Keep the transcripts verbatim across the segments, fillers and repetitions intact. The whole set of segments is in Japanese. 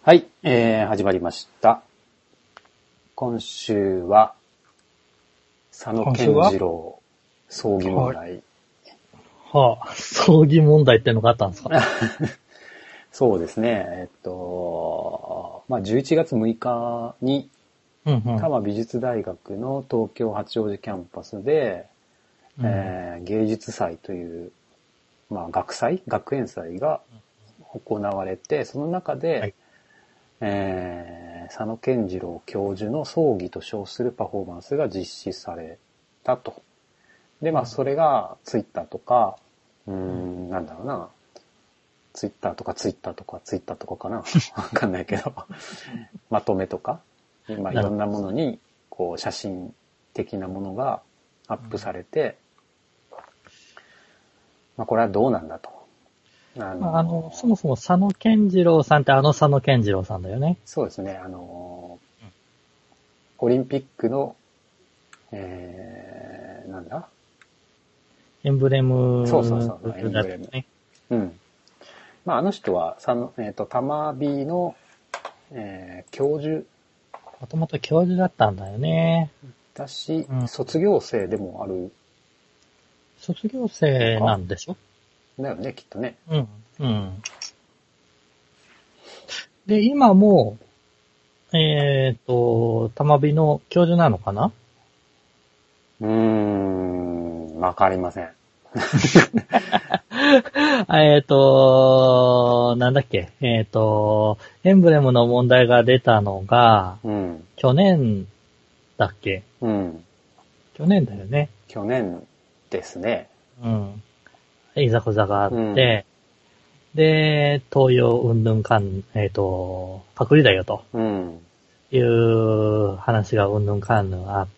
はい、えー、始まりました。今週は、佐野健次郎葬儀問題。 はあ、葬儀問題ってのがあったんですか？ そうですね、えっと、まあ、じゅういちがつむいかに、 うんうん、 多摩美術大学の東京八王子キャンパスで、うん、えー、芸術祭という、まあ、学祭学園祭が行われて、その中で、はい、えー、佐野健次郎教授の葬儀と称するパフォーマンスが実施されたと。で、まあ、それがツイッターとか、うーん、なんだろうな、ツイッターとかツイッターとかツイッターとかかなわかんないけど、まとめとか、まあ、いろんなものに、こう、写真的なものがアップされて、まあ、これはどうなんだと。 あの、あのそもそも佐野健次郎さんってあの佐野健次郎さんだよね。 そうですね。あの、オリンピックの、えー、なんだエンブレム。 そうそうそう、エンブレム。ね、うん。まあ、あの人は、さの、えっと、たまびの、えー、教授。 もともと教授だったんだよね。 だし、 うん、 卒業生でもある。 卒業生なんでしょ？ だよね、きっとね。 うん。うん。で、今も、えっと、たまびの教授なのかな？ うーん、わかりません。 えっと、なんだっけ、えっと、エンブレムの問題が出たのが、うん、去年だっけ？うん。去年だよね。 去年ですね。 うん。いざこざがあって、うん、で、東洋うんぬんかん、えっと、パクリだよと。うん。いう話がうんぬんかんぬんあって、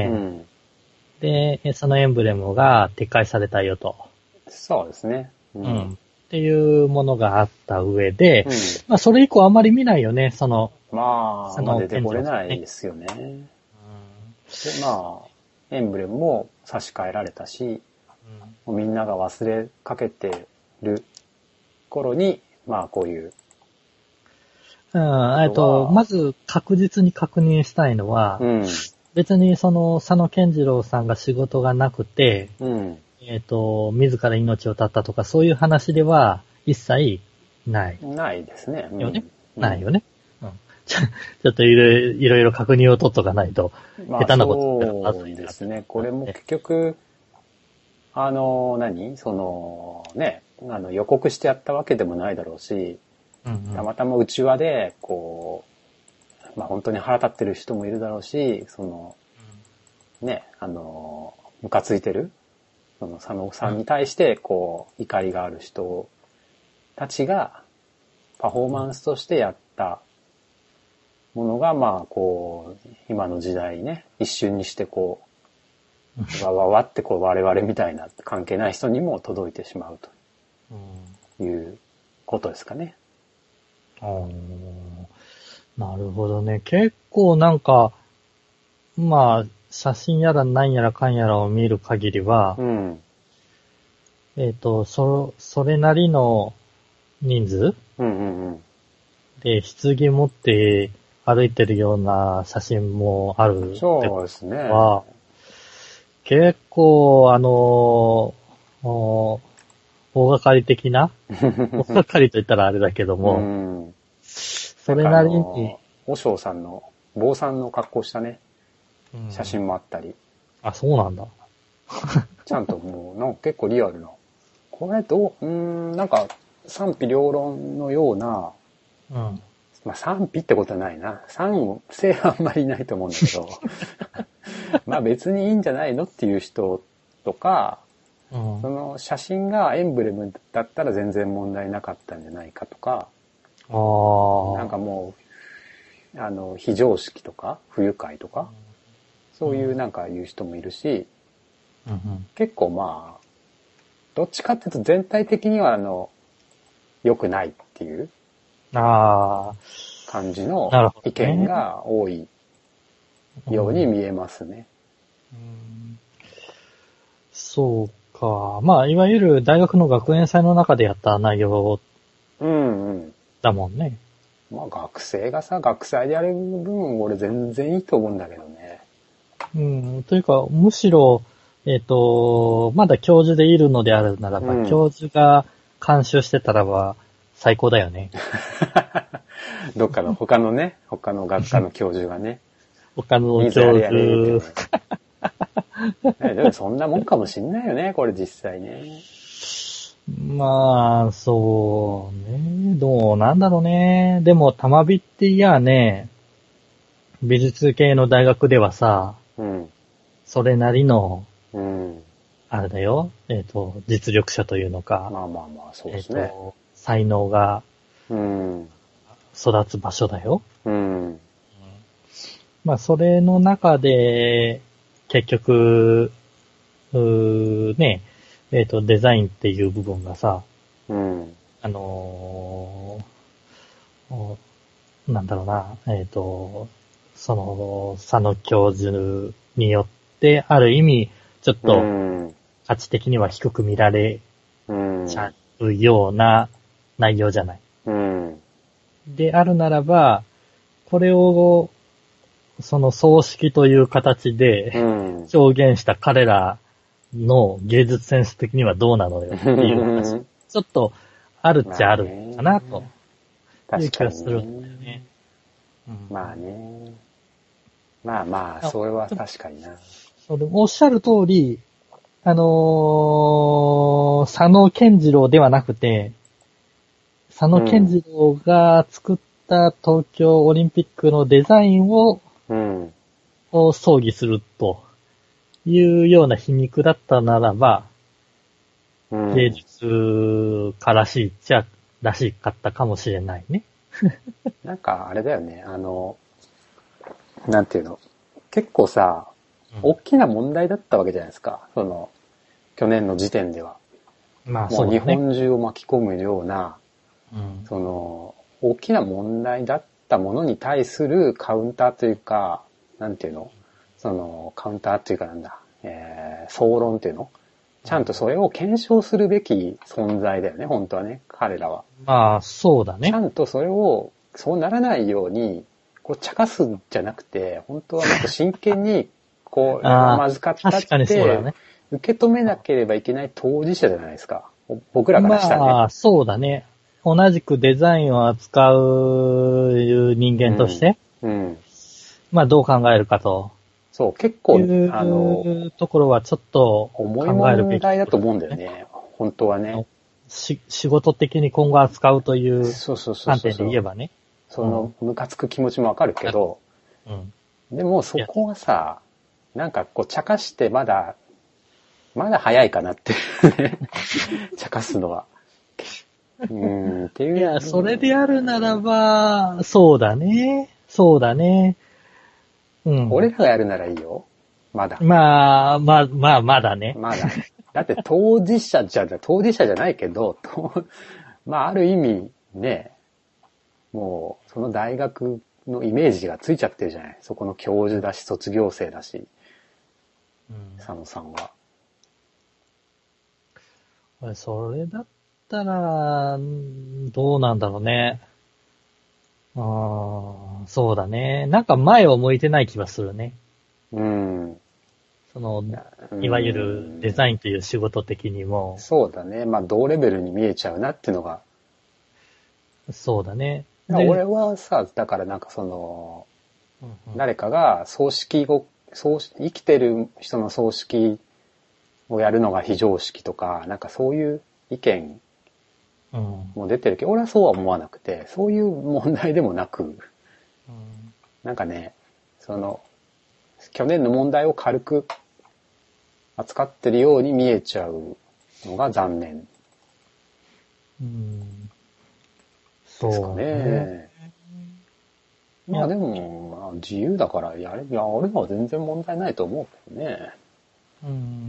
うん、で、そのエンブレムが撤回されたよと。 そうですね。 うん。うん、っていうものがあった上で、うん、まあそれ以降あんまり見ないよね、その。 まあ、そのまあ出てこれないですよね。うん、で、まあ、エンブレムも差し替えられたし、うん、みんなが忘れかけてる頃に、まあこういう。 うん、えっと、まず確実に確認したいのは、うん、別にその佐野健次郎さんが仕事がなくて、うん、えっと、自ら命を絶ったとかそういう話では一切ない。 ないですね。 よね、うん、ないよね。うん、ちょ、ちょっといろいろ、いろいろ確認を取っとかないと、 まあ、 下手なこと言ったらまずいですね。これも結局、あの、何その、ね、あの予告してやったわけでもないだろうし、うんうん、たまたま内輪で、こう、まあ本当に腹立ってる人もいるだろうし、その、ね、あの、ムカついてる、その佐野さんに対して、こう、怒りがある人たちが、パフォーマンスとしてやったものが、まあ、こう、今の時代ね、一瞬にしてこう、わわわってこう、我々みたいな関係ない人にも届いてしまうということですかね。 あー、なるほどね。結構なんか、まあ、写真やら何やらかんやらを見る限りは、うん、えっと、そ、それなりの人数、うんうんうん、で、棺持って歩いてるような写真もあるってそうですね。 は、結構、あの、大掛かり的な大掛かりと言ったらあれだけども、うん、それなりに。 和尚さんの、坊さんの格好したね、写真もあったり。うん、 あ、そうなんだ。 ちゃんともう、なんか結構リアルな。これどう、うーん、なんか賛否両論のような、うん、まあ賛否ってことはないな。賛成はあんまりいないと思うんだけど、まあ別にいいんじゃないのっていう人とか、うん、その写真がエンブレムだったら全然問題なかったんじゃないかとか、あ、なんかもう、あの、非常識とか、不愉快とか、そういうなんか言う人もいるし、うんうん、結構まあ、どっちかっていうと全体的にはあの、良くないっていう感じの意見が多いように見えますね。 うん、そうか。まあ、いわゆる大学の学園祭の中でやった内容だもんね。 まあ学生がさ、学祭でやる分、俺全然いいと思うんだけどね。 うん、というか、むしろ、えっ、と、まだ教授でいるのであるならば、うん、教授が監修してたらば、最高だよね。 どっかの他のね、他の学科の教授がね。 他の教授。 でもそんなもんかもしんないよね、これ実際ね。 まあ、そうね。どうなんだろうね。でも、たまびっていやね、美術系の大学ではさ、うん、それなりの、うん、あれだよ、えっと、実力者というのか、 まあまあまあ、そうですね。えっと、 才能が、育つ場所だよ。うん、まあ、それの中で、結局、うーね、えっと、デザインっていう部分がさ、うん、あのー、なんだろうな、えっと、その、佐野教授によって、ある意味、ちょっと、価値的には低く見られちゃうような内容じゃない。うん、であるならば、これを、その葬式という形で表現した彼らの芸術センス的にはどうなのよっていう話、ちょっとあるっちゃあるかなという気がするんだよね。 まあね。まあまあ、それは確かにな。 それおっしゃる通り、あのー、佐野健次郎ではなくて、佐野健次郎が作った東京オリンピックのデザインを、うん、を葬儀するというような皮肉だったならば、うん、芸術家らしいっちゃらしかったかもしれないね。 なんかあれだよね、あの、なんていうの、結構さ、うん、大きな問題だったわけじゃないですか、その、去年の時点では。まあそうだね。もう日本中を巻き込むような、うん、その、大きな問題だったものに対するカウンターというか、なんていうの、その、カウンターっていうかなんだ、えー、総論っていうの、ちゃんとそれを検証するべき存在だよね、本当はね、彼らは。 まあ、そうだね。 ちゃんとそれを、そうならないように、こう、茶化すんじゃなくて、本当はもっと真剣に、こう、まずかったって、確かにそうだね。受け止めなければいけない当事者じゃないですか。僕らからしたらね。 まあ、そうだね。同じくデザインを扱う人間として、うんうん、まあどう考えるかと。 そう、結構、 あの、ところはちょっと考えるべき、 重い問題だと思うんだよね。本当はね。 し仕事的に今後扱うという観点で言えばね。 その、ムカつく気持ちもわかるけど、うん、でもそこはさ、なんかこう、茶化してまだ、まだ早いかなってね。茶化すのは。 うんっていう。いや、それであるならば、そうだね。そうだね。 うん。俺らがやるならいいよ。まだ。 まあ、まあ、まあ、まだね。 まだ。だって当事者じゃ、当事者じゃないけど、まあ、ある意味ね、もう、その大学のイメージがついちゃってるじゃない。そこの教授だし、卒業生だし、うん、佐野さんは。 それだったら、どうなんだろうね。ああ、そうだね。なんか前を向いてない気はするね。うん。その、いわゆるデザインという仕事的にも。 そうだね。まあ同レベルに見えちゃうなっていうのが。 そうだね。 俺はさ、だからなんかその、うんうん、誰かが葬式を、葬生きてる人の葬式をやるのが非常識とか、なんかそういう意見も出てるけど、俺はそうは思わなくて、そういう問題でもなく、うん、なんかね、その、去年の問題を軽く扱ってるように見えちゃうのが残念。うん、ですかね。ねまあでも、まあ、自由だからやれ、やるのは全然問題ないと思うけどね。 うん、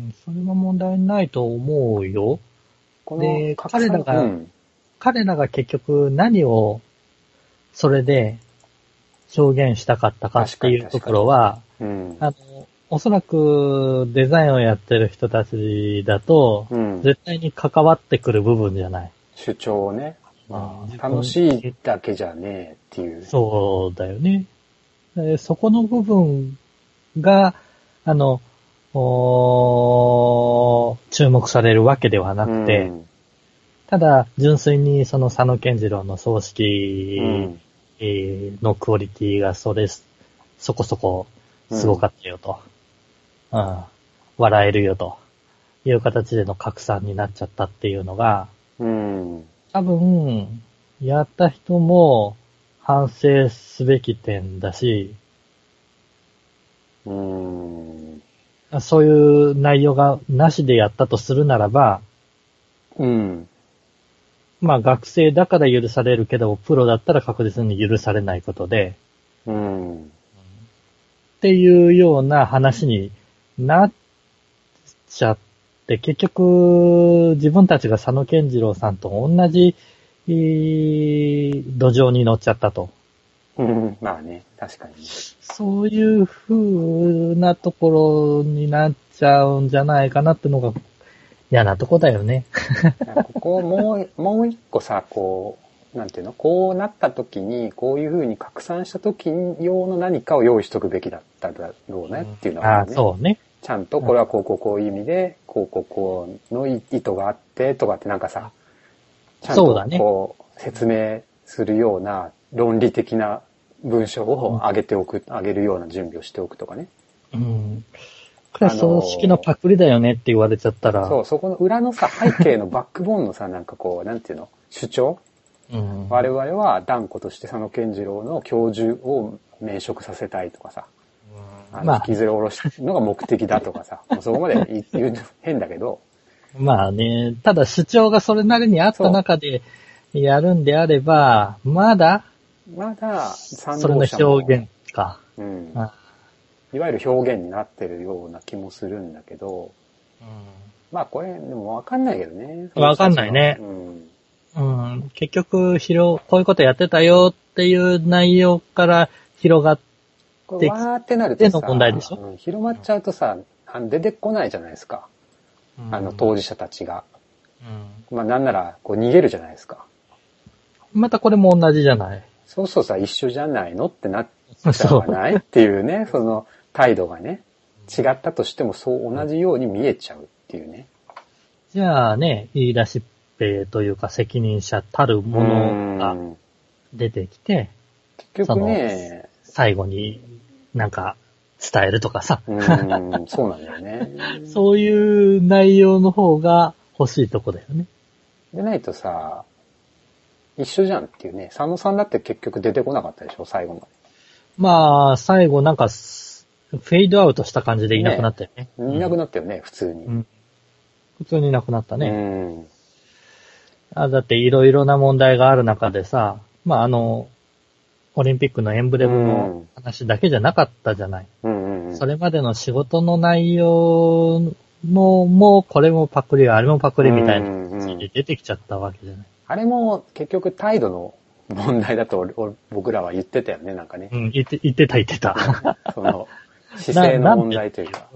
それは問題ないと思うよ。こので、彼らが、うん、彼らが結局何をそれで表現したかったかっていうところは、うん、あの、おそらくデザインをやってる人たちだと、うん、絶対に関わってくる部分じゃない。 主張をね。 まあ、楽しいだけじゃねえっていう。 そうだよね。そこの部分が、あの、注目されるわけではなくて、うん、ただ、純粋にその佐野健次郎の葬式のクオリティがそれ、そこそこすごかったよと。うん。笑えるよという形での拡散になっちゃったっていうのが、 うん、 多分、やった人も反省すべき点だし、 うーん、 そういう内容がなしでやったとするならば、 うん、 まあ学生だから許されるけど、プロだったら確実に許されないことで、 うん、 っていうような話になっちゃって、結局自分たちが佐野健次郎さんと同じ、えー、土壌に乗っちゃったと。 うん、まあね、確かに。 そういう風なところになっちゃうんじゃないかなってのが嫌なとこだよね。 ここもう、もう一個さ、こう、なんていうの、こうなった時に、こういう風に拡散した時用の何かを用意しとくべきだっただろうねっていうのはあるね。 ああ、そうね。 ちゃんとこれはこうこうこういう意味で、こうこうこうの意図があってとかってなんかさ、ちゃんとこう説明するような論理的な文章を上げておく、上げるような準備をしておくとかね。 うん。これは葬式のパクリだよねって言われちゃったら。 そう、そこの裏のさ、背景のバックボーンのさ、なんかこう、なんていうの、主張、 うん、 我々は断固として佐野健次郎の教授を免職させたいとかさ、あの、引きずり下ろすのが目的だとかさ、まあ、そこまで言うと変だけど。 まあね、ただ主張がそれなりにあった中でやるんであれば、まだ、 まだ、 それの表現か。 うん。いわゆる表現になってるような気もするんだけど、うん、まあこれ、でもわかんないけどね。 わかんないね。うん。うん、結局、広、こういうことやってたよっていう内容から広がってこれわーってなるとさ、 の問題でしょ、 うん、広まっちゃうとさ、あの出てこないじゃないですか。うん、あの当事者たちが。うん、まあなんならこう逃げるじゃないですか。 またこれも同じじゃない。 そうそうさ、一緒じゃないのってなっちゃわないっていうね、その態度がね、違ったとしてもそう同じように見えちゃうっていうね。 じゃあね、言い出しっぺというか責任者たるものが出てきて、 結局ね、 最後になんか伝えるとかさ。 うん、そうなんだよね。 そういう内容の方が欲しいとこだよね。 でないとさ、一緒じゃんっていうね。佐野さんだって結局出てこなかったでしょ、最後まで。 まあ、最後なんか、フェードアウトした感じでいなくなったよね。 ね、いなくなったよね、うん、普通に、うん。 普通にいなくなったね。 うん、 あだっていろいろな問題がある中でさ、まああの、オリンピックのエンブレムの話だけじゃなかったじゃない。 うんうんうん、 それまでの仕事の内容のも、これもパクリ、あれもパクリみたいな感じで出てきちゃったわけじゃない。うんうん、 あれも結局態度の問題だと僕らは言ってたよね、なんかね。 うん、言って、言ってた言ってた。 その、姿勢の問題というか。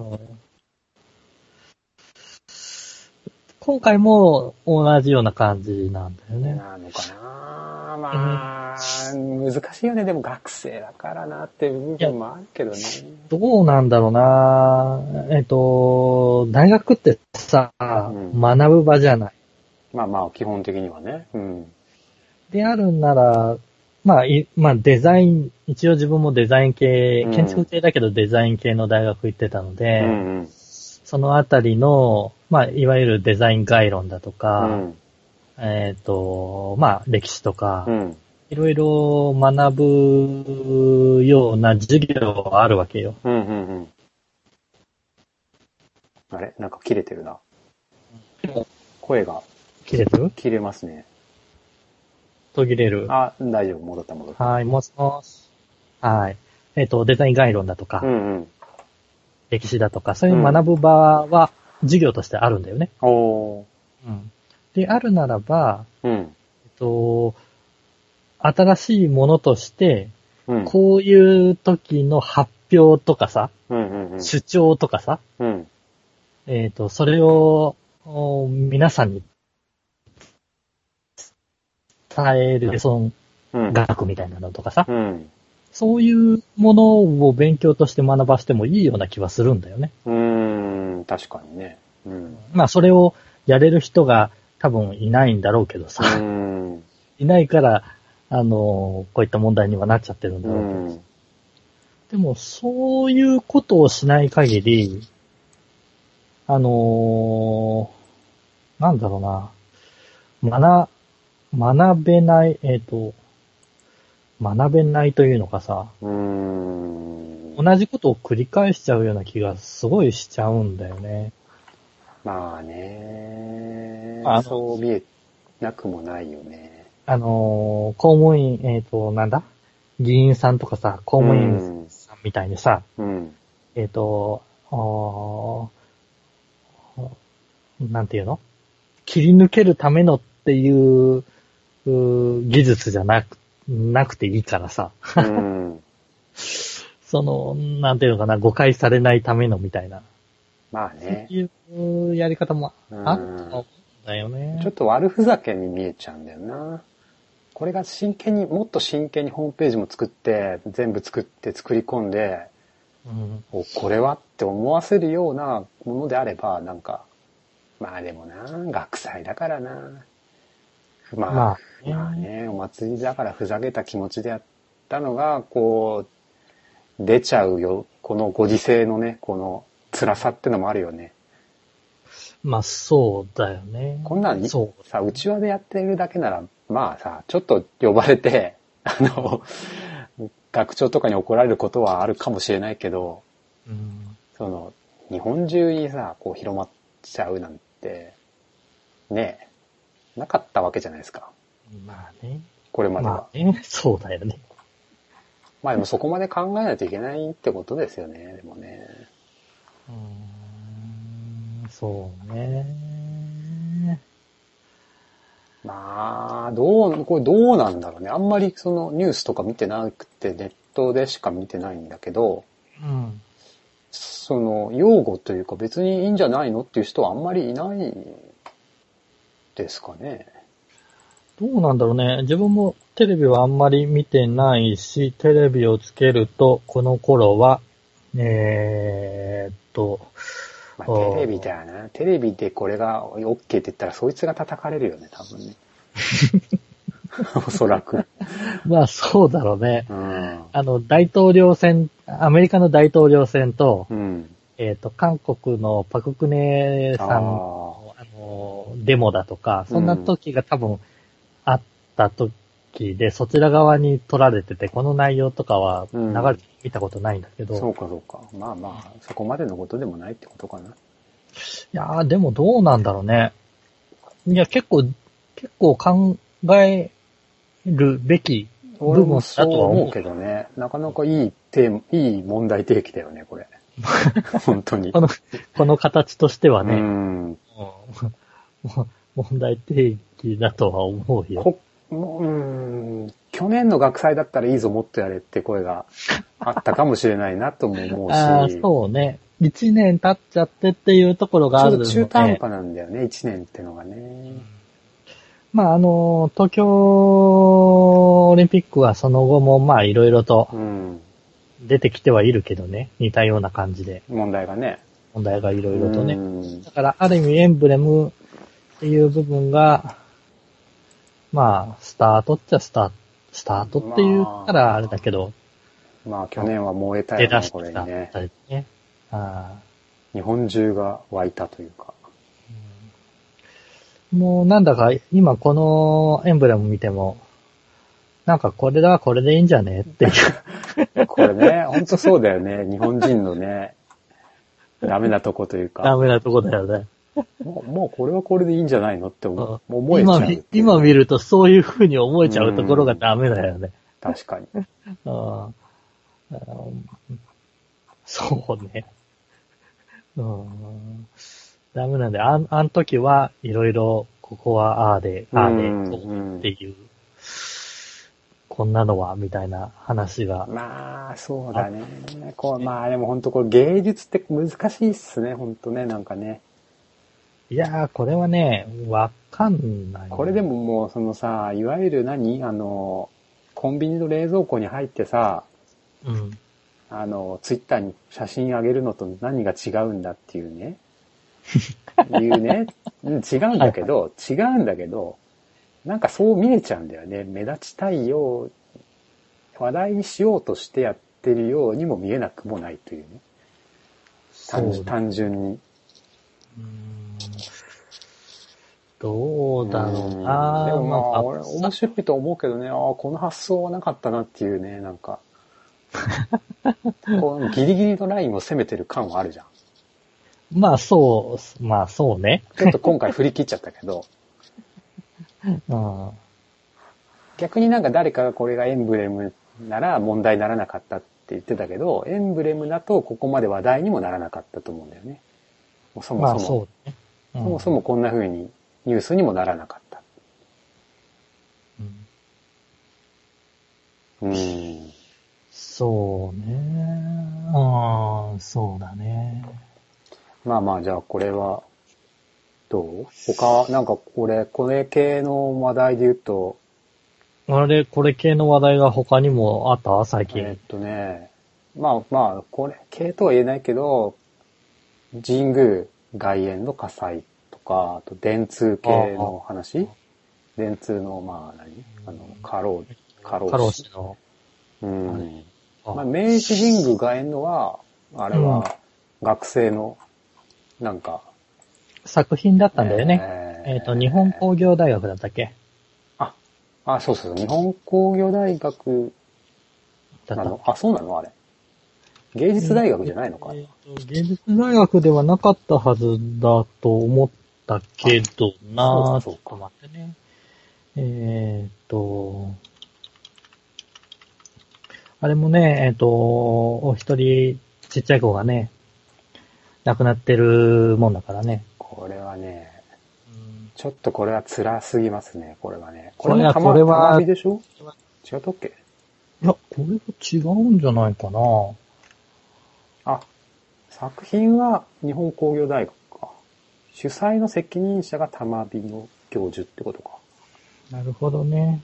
今回も同じような感じなんだよね。 なのかなまあ、うん、難しいよね。でも学生だからなっていう部分もあるけどね。 どうなんだろうなえっと、大学ってさ、うん、学ぶ場じゃない。 まあまあ、基本的にはね。うん。 であるなら、まあ、い、まあデザイン、一応自分もデザイン系、建築系だけどデザイン系の大学行ってたので、うんうん、そのあたりの、まあ、いわゆるデザイン概論だとか、うん、えっと、まあ、歴史とか、うん、いろいろ学ぶような授業があるわけよ。 うんうんうん、あれなんか切れてるな。声が。 切れてる？ 切れますね。 途切れる。 あ、大丈夫。戻った戻った。 はい、もしもし。はい。えっと、デザイン概論だとか、 うんうん、 歴史だとか、そういう学ぶ場は授業としてあるんだよね。 うん、おー。うん。で、あるならば、 うん、 えっと、新しいものとして、 うん、 こういう時の発表とかさ、 うんうんうん、 主張とかさ、 うん、 えっと、それを皆さんに伝える損額みたいなのとかさ、 うん、 そういうものを勉強として学ばしてもいいような気はするんだよね。 うーん、確かにね。うん、 まあそれをやれる人が多分いないんだろうけどさ、 うん、 いないから、あの、こういった問題にはなっちゃってるんだろうけど、うん、でもそういうことをしない限り、あのー、なんだろうな、学、学べない、えっと、学べないというのかさ、 うーん、 同じことを繰り返しちゃうような気がすごいしちゃうんだよね。 まあね、 あのそう見えなくもないよね。 あのー、公務員、えっと、なんだ議員さんとかさ、公務員さんみたいにさ、 うん、 えっと、なんていうの切り抜けるためのっていう、う技術じゃなく、なくていいからさ。 うん、 その、なんていうのかな、誤解されないためのみたいな。 まあね。 そういうやり方もあると思うんだよね。 ちょっと悪ふざけに見えちゃうんだよな。これが真剣に、もっと真剣にホームページも作って、全部作って作り込んで、うん、おこれはって思わせるようなものであれば、なんか、まあでもな、学祭だからな。まあ、まあね、まあね、お祭りだからふざけた気持ちでやったのが、こう、出ちゃうよ。このご時世のね、この辛さってのもあるよね。 まあそうだよね。 こんなんそうさ、うちわでやってるだけなら、まあさ、ちょっと呼ばれて、あの、学長とかに怒られることはあるかもしれないけど、うん、その、日本中にさ、こう広まっちゃうなんて、ねえ、なかったわけじゃないですか。 まあね。 これまでは。 まあね、そうだよね。 まあでもそこまで考えないといけないってことですよね、でもね。 うーん、そうね。 まあ、どう、これどうなんだろうね。あんまりそのニュースとか見てなくて、ネットでしか見てないんだけど、うん、その、用語というか別にいいんじゃないのっていう人はあんまりいないですかね。 どうなんだろうね。自分もテレビはあんまり見てないし、テレビをつけると、この頃は、えー、っと、 まあ、テレビだよな。テレビでこれが OK って言ったらそいつが叩かれるよね、多分ね。おそらく。 まあそうだろうね。 うん、 あの、大統領選、アメリカの大統領選と、うん、えっ、ー、と、韓国のパククネさんの、あの、デモだとか、そんな時が多分あった時で、うん、そちら側に取られてて、この内容とかは流れて見たことないんだけど、うん。 そうかそうか。まあまあ、そこまでのことでもないってことかな。いやー、でもどうなんだろうね。いや、結構、結構考えるべき部分だとは思うけどね。なかなかいいテーマ、いい問題提起だよね、これ。本当に。 この、この形としてはね。うん。問題提起だとは思うよ。 うん。去年の学祭だったらいいぞ、もっとやれって声があったかもしれないなとも思うし。 ああ、そうね。一年経っちゃってっていうところがあるので。 ちょっと中途半端なんだよね、一年ってのがね。 まあ、あの、東京オリンピックはその後もまあいろいろと出てきてはいるけどね、似たような感じで。 問題がね。 問題がいろいろとね。だからある意味エンブレムっていう部分が、まあ、スタートっちゃスタート、スタートって言ったらあれだけど。 まあ、去年は燃えたよね、これにね。 ねあ日本中が湧いたというか。 もうなんだか今このエンブレム見ても、なんかこれだ、これでいいんじゃねっていう。 これね、ほんとそうだよね。日本人のね、ダメなとこというか。 ダメなとこだよね。 もう、もうこれはこれでいいんじゃないのって思えちゃう、ね、 今。今見るとそういう風に思えちゃうところがダメだよね。 確かに。 あそうね。うんダメなんで、あん、あん時はいろいろ、ここはああで、ああで、そうっていう、こんなのは、みたいな話が。 まあ、そうだね。こうまあでも本当これ芸術って難しいっすね、本当ね、なんかね。 いやー、これはね、わかんない。 これでももうそのさ、いわゆる何あの、コンビニの冷蔵庫に入ってさ、 うん。 あの、ツイッターに写真あげるのと何が違うんだっていうね。いうね。うん違うんだけど、はいはい、違うんだけど、なんかそう見えちゃうんだよね。目立ちたいよう、話題にしようとしてやってるようにも見えなくもないというね。単, 単純に。うーんどうだろうな。 でもまあ、俺面白いと思うけどね、ああ、この発想はなかったなっていうね、なんか。このギリギリのラインを攻めてる感はあるじゃん。 まあそう、まあそうね。 ちょっと今回振り切っちゃったけど。 うん、 逆になんか誰かがこれがエンブレムなら問題にならなかったって言ってたけど、エンブレムだとここまで話題にもならなかったと思うんだよね。そもそも。まあそうね。うん、そもそもこんな風にニュースにもならなかった。うん。うんそうね。ああ、そうだね。 まあまあ、じゃあこれは、どう他、なんかこれ、これ系の話題で言うと、 あれ、これ系の話題が他にもあった最近。 えー、っとね、まあまあ、これ系とは言えないけど、神宮外苑の火災とか、あと電通系の話電通の、まあ何あの、過労、過労死。過労死の。うん。まあ、明治神宮外苑のは、あれは学生の、なんか、 作品だったんだよね。えっ、ー、と、日本工業大学だったっけあ、あ、そうそう、日本工業大学なのあ、そうなのあれ。芸術大学じゃないのか、えー、芸術大学ではなかったはずだと思ったけどなぁ。ちょっと待ってね。えっ、ー、と、あれもね、えっ、ー、と、お一人ちっちゃい子がね、亡くなってるもんだからね。 これはね、ちょっとこれは辛すぎますね、これはね。これもたま、 これはたまびでしょ違ったっけいや、これは違うんじゃないかな。 あ、作品は日本工業大学か。主催の責任者が玉美の教授ってことか。 なるほどね。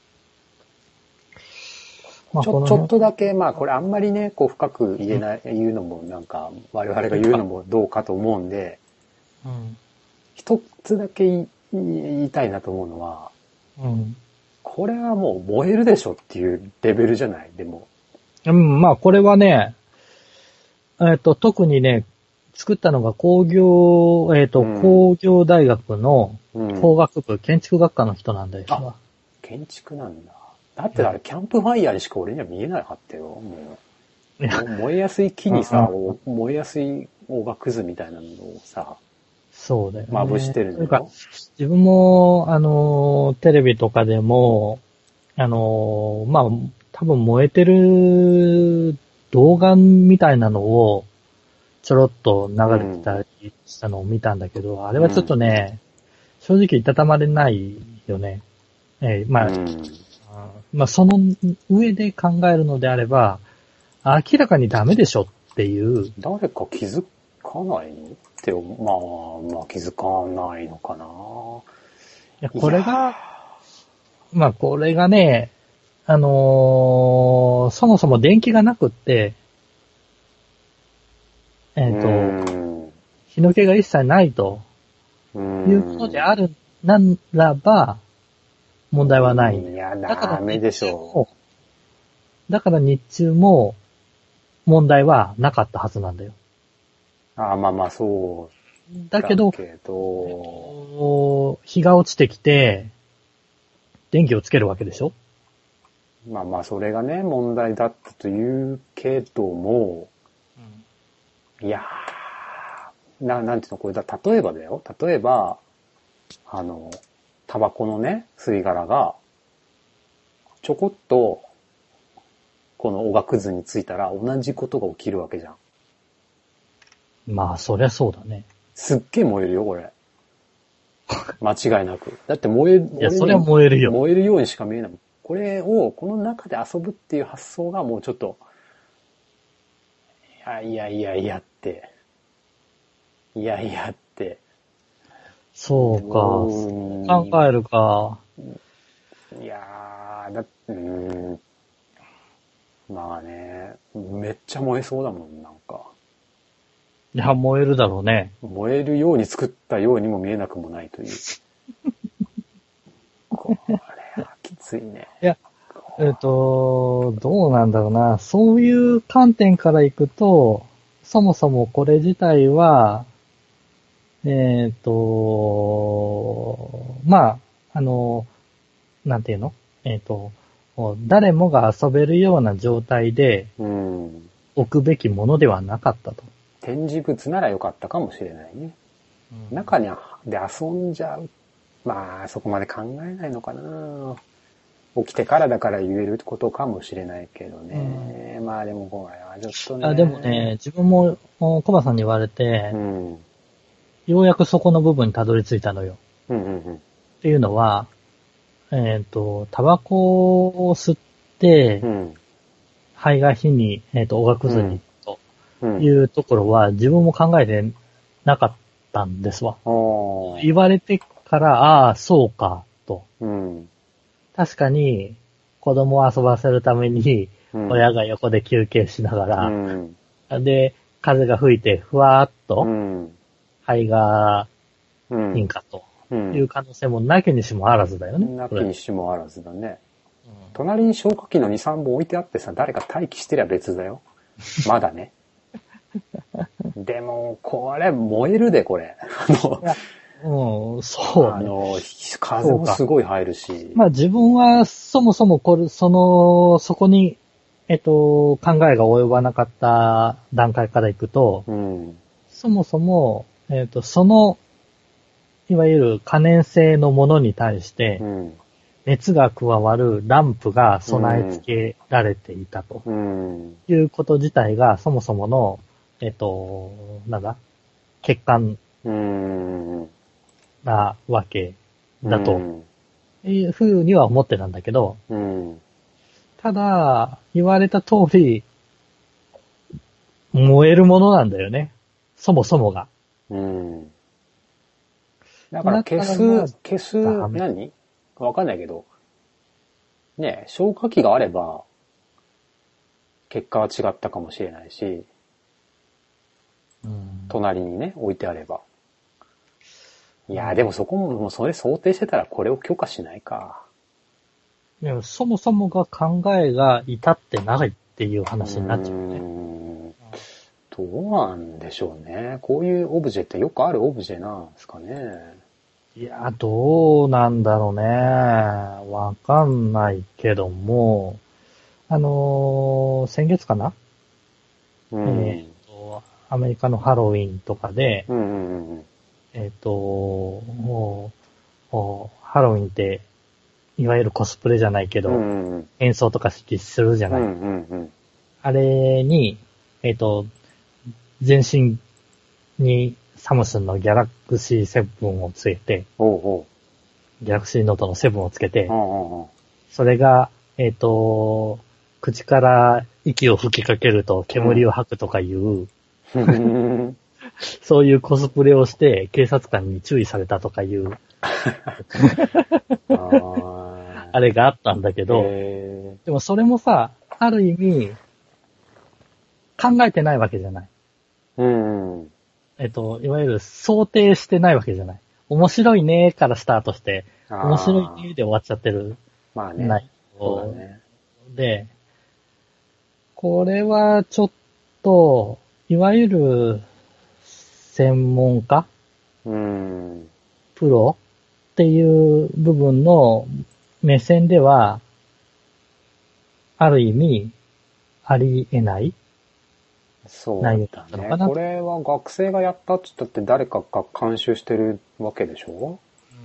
まあ、ちょ、ちょっとだけ、まあこれあんまりね、こう深く言えない、うん、言うのもなんか、我々が言うのもどうかと思うんで、うん、一つだけ言いたいなと思うのは、うん、これはもう燃えるでしょっていうレベルじゃないでも。 うん、まあこれはね、えっと、特にね、作ったのが工業、えっと、うん、工業大学の工学部、うん、建築学科の人なんだよ。 あ、建築なんだ。だってあれ、キャンプファイヤーにしか俺には見えなかったよ。もう、燃えやすい木にさ、燃えやすい大学図みたいなのをさ、 そうだよね。 まぶしてるんだよ。 自分も、あの、テレビとかでも、あの、まあ、多分燃えてる動画みたいなのを、ちょろっと流れてたりしたのを見たんだけど、うん、あれはちょっとね、うん、正直いたたまれないよね。えー、まあ、うんまあ、その上で考えるのであれば、明らかにダメでしょっていう。 誰か気づかないのって、まあ、まあ気づかないのかな。 いや、これが、まあこれがね、あのー、そもそも電気がなくって、えっ、ー、と、日の気が一切ないと、いうことであるならば、問題はない。 いや、ダメでしょう。だから日中も問題はなかったはずなんだよ。 ああ、まあまあそうだけど、 けどえー、日が落ちてきて、電気をつけるわけでしょ？ まあまあそれがね、問題だったというけども、うん、いやー、な、なんていうの、これだ、例えばだよ。例えば、あの、タバコのね、吸い殻が、ちょこっと、このおがくずについたら同じことが起きるわけじゃん。 まあ、そりゃそうだね。 すっげえ燃えるよ、これ。間違いなく。だって燃える、 いや、それは燃えるよ。 燃えるようにしか見えない。これを、この中で遊ぶっていう発想がもうちょっと、いやいやいやいやって、いやいやって、 そうか。そう考えるか。 いやー、だって、うーん。まあね、めっちゃ燃えそうだもん、なんか。 いや、燃えるだろうね。 燃えるように作ったようにも見えなくもないという。これはきついね。 いや、えっと、どうなんだろうな。そういう観点からいくと、そもそもこれ自体は、えっと、まあ、あの、なんていうのえっと、誰もが遊べるような状態で置くべきものではなかったと。 展示物ならよかったかもしれないね。うん、中にで遊んじゃう。まあ、そこまで考えないのかな。起きてからだから言えることかもしれないけどね。うん、まあでも、これはちょっとね。 あでもね、自分もコバさんに言われて、うん、ようやくそこの部分にたどり着いたのよ。うんうんうん、っていうのは、えっ、ー、と、タバコを吸って、うん、肺が火に、えっ、ー、と、おがくずに、というところは、自分も考えてなかったんですわ。うん、言われてから、ああ、そうか、と。うん、確かに、子供を遊ばせるために、親が横で休憩しながら、うん、で、風が吹いて、ふわーっと、肺が、引火という可能性もなきにしもあらずだよね。 なきにしもあらずだね。うん、隣に消火器のに、さんぼん置いてあってさ、誰か待機してりゃ別だよ。まだね。でも、これ、燃えるで、これ。あの、うん、そうね。 あの、風もすごい入るし。 まあ自分は、そもそもこれ、その、そこに、えっと、考えが及ばなかった段階からいくと、うん、そもそも、えっと、その、いわゆる可燃性のものに対して、熱が加わるランプが備え付けられていたと、うん、いうこと自体がそもそもの、えっと、なんだ、欠陥なわけだと、いうふうには思ってたんだけど、うん、ただ、言われた通り、燃えるものなんだよね。そもそもが。うんだから消す、消す、何わかんないけど、ね、消火器があれば、結果は違ったかもしれないし、うん、隣にね、置いてあれば。いや、うん、でもそこも、もうそれ想定してたらこれを許可しないか。 いや、そもそもが考えが至ってないっていう話になっちゃうね。うーん、 どうなんでしょうね。こういうオブジェってよくあるオブジェなんですかね。 いや、どうなんだろうね。わかんないけども、あのー、先月かな、うん、えっと、アメリカのハロウィンとかで、うんうんうん、えっと、もう、ハロウィンって、いわゆるコスプレじゃないけど、うんうん、演奏とか指揮するじゃない。うんうんうん、あれに、えっと、全身にサムスンのギャラクシーセブンをつけて、おうおうギャラクシーノートのセブンをつけて、おうおうそれが、えっと、口から息を吹きかけると煙を吐くとかいう、うん、そういうコスプレをして警察官に注意されたとかいうあ, あれがあったんだけど、でもそれもさ、ある意味考えてないわけじゃない。うんうん、えっと、いわゆる想定してないわけじゃない。面白いねーからスタートして、面白いねーで終わっちゃってる。 まあね。ない。そうだね。 で、これはちょっと、いわゆる専門家、うん、プロっていう部分の目線では、ある意味、ありえない内容だったのかな。 これは学生がやったって言ったって誰かが監修してるわけでしょ、うん、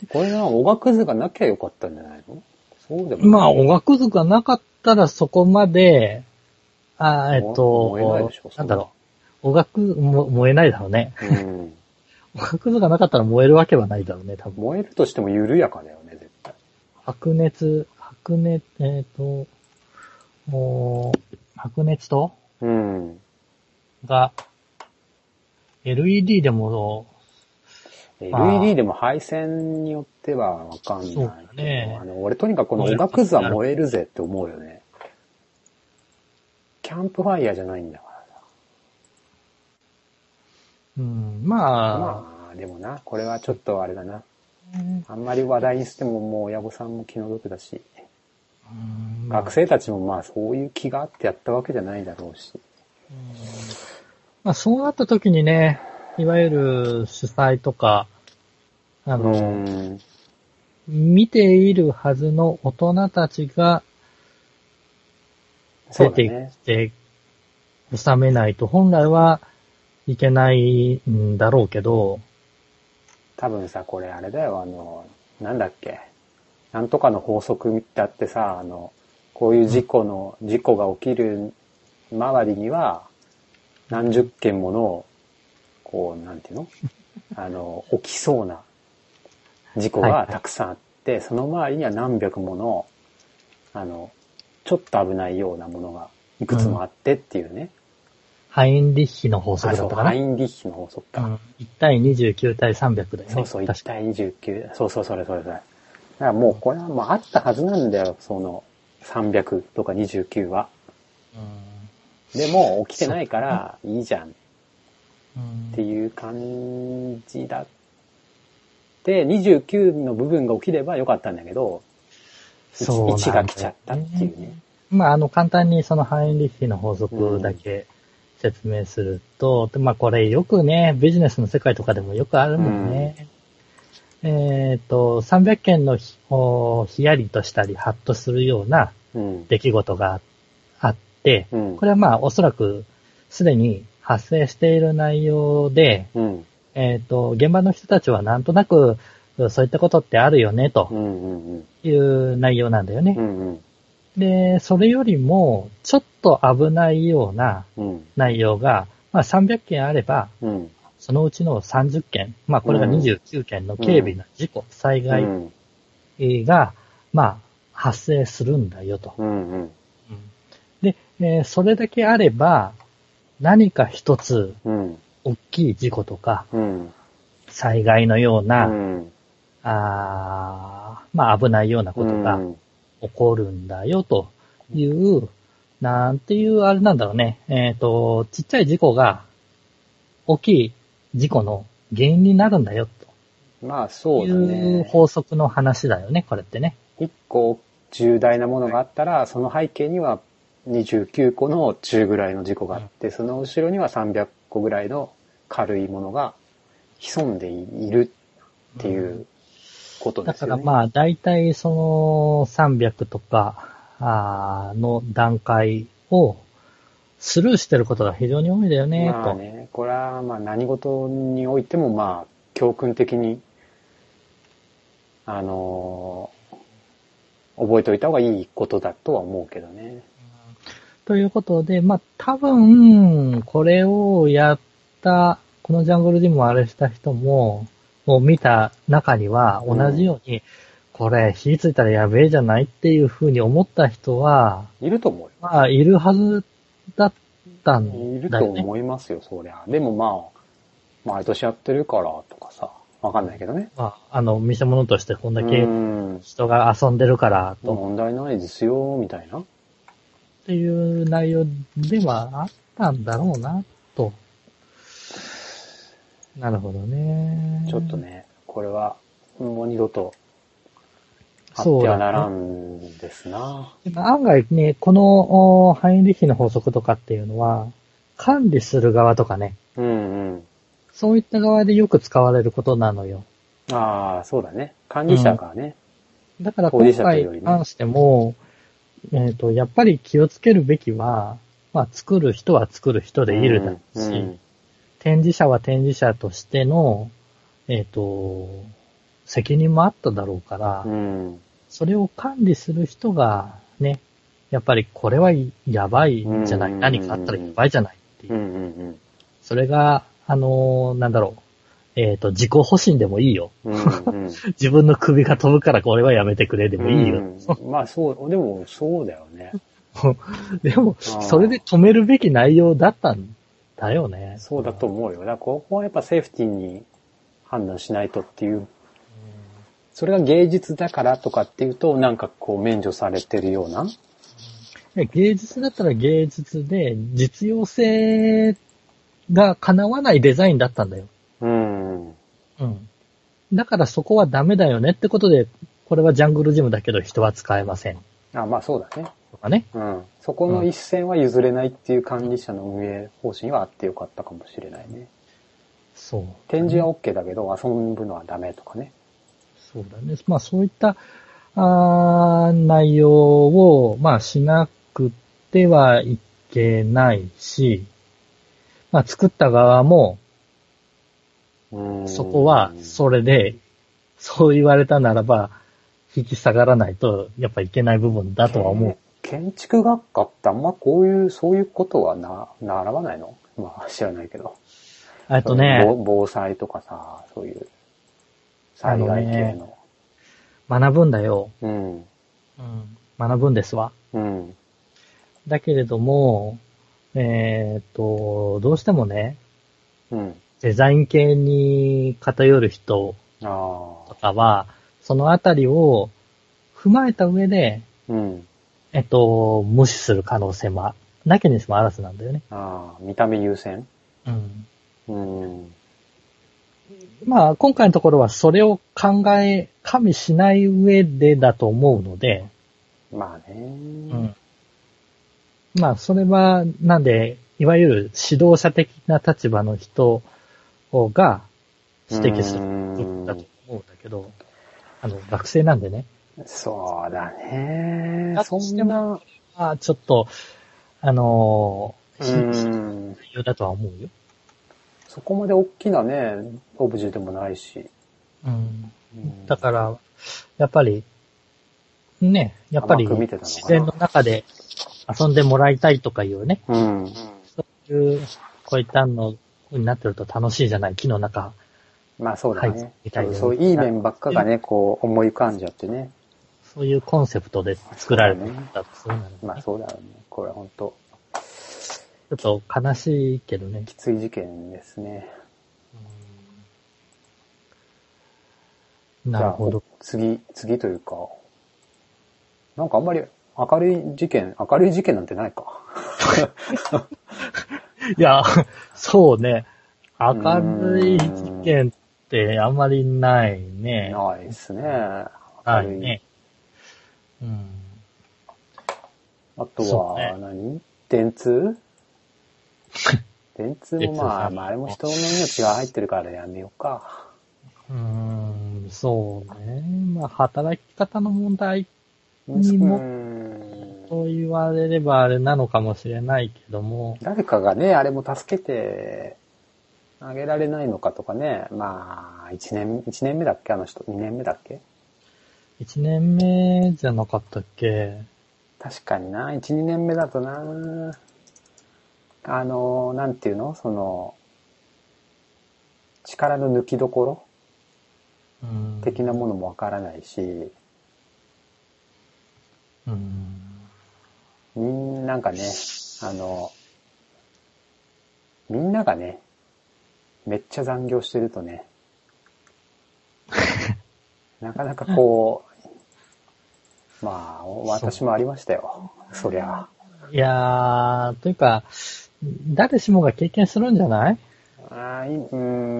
これはおがくずがなきゃよかったんじゃないの？そうでもない。 まあ、おがくずがなかったらそこまで、あえっと、 燃えないでしょ、 なんだろう。おがく、も燃えないだろうね。うん。おがくずがなかったら燃えるわけはないだろうね、多分。 燃えるとしても緩やかだよね、絶対。 白熱、白熱、えっ、ー、と、もう、白熱とうん。が、エルイーディー でも、 エルイーディー でも配線によってはわかんないけど、そうね、あの、俺とにかくこのおがくずは燃えるぜって思うよね。キャンプファイヤーじゃないんだからさ。 うん、まあ。 まあ、でもな、これはちょっとあれだな。あんまり話題にしてももう親御さんも気の毒だし、うん、学生たちもまあそういう気があってやったわけじゃないだろうし。 うん、まあそうなった時にね、いわゆる主催とか、あの、うん、見ているはずの大人たちが出てきて収めないと本来はいけないんだろうけど、 多分さ、これあれだよ、あの、なんだっけ、なんとかの法則ってあってさ、あの、こういう事故の、うん、事故が起きる周りには、何十件もの、こう、なんていうのあの、起きそうな事故がたくさんあって、はいはい、その周りには何百もの、あの、ちょっと危ないようなものがいくつもあってっていうね。うん、 ハインリッヒの法則だったかな。 ハインリッヒの法則か。うん、 いち対にじゅうきゅう対さんびゃくだよね。 そうそう、いち対にじゅうきゅう。そうそう、それそれそれ。だからもうこれはもうあったはずなんだよ、そのさんびゃくとかにじゅうきゅうは。うん、でも起きてないからいいじゃんっていう感じだって、にじゅうきゅうの部分が起きればよかったんだけど、そういちが来ちゃったっていうね。 まあ、あの、簡単にそのハインリッヒの法則だけ説明すると、うん、まあ、これよくね、ビジネスの世界とかでもよくあるもんね。うん、えっと、さんびゃっけんの ひ, ひやりとしたり、ハッとするような出来事があって、うん、これはまあ、おそらくすでに発生している内容で、うん、えっと、現場の人たちはなんとなく、そういったことってあるよね、という内容なんだよね。うんうん、で、それよりも、ちょっと危ないような内容が、まあさんびゃっけんあれば、うん、そのうちのさんじゅっけん、まあこれがにじゅうきゅうけんの軽微な事故、うん、災害が、まあ発生するんだよと。うんうん、で、えー、それだけあれば、何か一つ、大きい事故とか、うん、災害のような、うんあまあ危ないようなことが起こるんだよという、うん、なんていうあれなんだろうね。えっと、ちっちゃい事故が大きい事故の原因になるんだよと。 まあそうだね。 いう法則の話だよね、これってね。 一個重大なものがあったら、その背景にはにじゅうきゅうこの中ぐらいの事故があって、その後ろにはさんびゃっこぐらいの軽いものが潜んでいるっていう、うんことですよね。 だからまあ大体そのさんびゃくとかの段階をスルーしてることが非常に多いんだよね、 まあね、これはまあ何事においてもまあ教訓的にあのー、覚えておいた方がいいことだとは思うけどね。 ということで、まあ多分これをやったこのジャングルジムをあれした人もを見た中には同じように、うん、これ火ついたらやべえじゃないっていうふうに思った人はいると思うよ。 まあいるはずだったんだよね。 いると思いますよ、そりゃ。でもまあ毎年やってるからとかさ、わかんないけどね。 まああの見せ物としてこんだけ人が遊んでるからと。 問題ないですよみたいな。 っていう内容ではあったんだろうなと。なるほどね。 ちょっとね、これはもう二度とあってはならんですな。 ね、案外ね、このハインリッヒの法則とかっていうのは、管理する側とかね、うんうん、そういった側でよく使われることなのよ。 ああ、そうだね。管理者がね。 うん、だから今回に関しても、えっと、やっぱり気をつけるべきは、まあ作る人は作る人でいるだろうし、うんうん展示者は展示者としての、えっと、責任もあっただろうから、うん、それを管理する人がね、やっぱりこれはやばいんじゃない、うんうんうん、何かあったらやばいじゃないっていう。うんうんうん、それが、あのー、なんだろう、えっと、自己保身でもいいよ。うんうん、自分の首が飛ぶからこれはやめてくれでもいいよ。 うん、まあそう、でもそうだよね。 でも、それで止めるべき内容だったんだよね。 そうだと思うよ。だからここはやっぱセーフティーに判断しないとっていう、それが芸術だからとかっていうと、なんかこう免除されてるような。いや芸術だったら芸術で、実用性が叶わないデザインだったんだよ。 うん。 うん。だからそこはダメだよねってことで、これはジャングルジムだけど人は使えません。 あ、まあそうだね。 とかね。 うん。そこの一線は譲れないっていう管理者の運営方針はあってよかったかもしれないね。 そう、ね。 展示は OK だけど遊ぶのはダメとかね。 そうだね。まあそういったあ内容を、まあしなくてはいけないし、まあ作った側も、そこはそれで、そう言われたならば、引き下がらないと、やっぱいけない部分だとは思う。 建築学科ってあんまこういう、そういうことはな、習わないの？まあ知らないけど。 えっとね、 防災とかさ、そういう災害系の。ね、 学ぶんだよ。 うん。うん。 学ぶんですわ。 うん。 だけれども、えー、っと、どうしてもね、 うん。 デザイン系に偏る人とかは、そのあたりを踏まえた上で、 うん、 えっと、無視する可能性も、なきにしもあらずなんだよね。 ああ、見た目優先？ うん。 うん。 まあ、今回のところはそれを考え、加味しない上でだと思うので。 まあね。うん。まあ、それは、なんで、いわゆる指導者的な立場の人が指摘する部分だと思うんだけど、あの、学生なんでね。 そうだね。 だとしても、まあ、ちょっと、あのー、必要だとは思うよ。 そこまで大きなね、オブジェでもないし。 うん。だから、やっぱり、ね、やっぱり自然の中で遊んでもらいたいとかいうね。 うん。 そういう、こういったのになってると楽しいじゃない、木の中。 まあそうだね。 みたいそういういい面ばっかがね、こう思い浮かんじゃってね。 そういうコンセプトで作られてたとするならね。 まあそうだよね。これは本当ちょっと悲しいけどね。 きつい事件ですね。 なるほど。 次、次というか、なんかあんまり明るい事件、明るい事件なんてないか。 いや、そうね。明るい事件ってあんまりないね。 ないですね。 明るいね。うん。 あとは何、ね、電通電通もまあ、まあ、あれも人の命が入ってるからやめようか。 うーん、そうね。まあ、働き方の問題にも、と言われればあれなのかもしれないけども。 誰かがね、あれも助けてあげられないのかとかね。まあ、一年、一年目だっけあの人。二年目だっけ一年目じゃなかったっけ。 確かにな。一、二年目だとな。あの、なんていうのその、力の抜きどころ、うん、的なものもわからないし、 うん、 みんななんかね、あの、みんながね、めっちゃ残業してるとね、なかなかこう、まあ、私もありましたよ。そりゃ。 いやー、というか、誰しもが経験するんじゃない？ あーうん、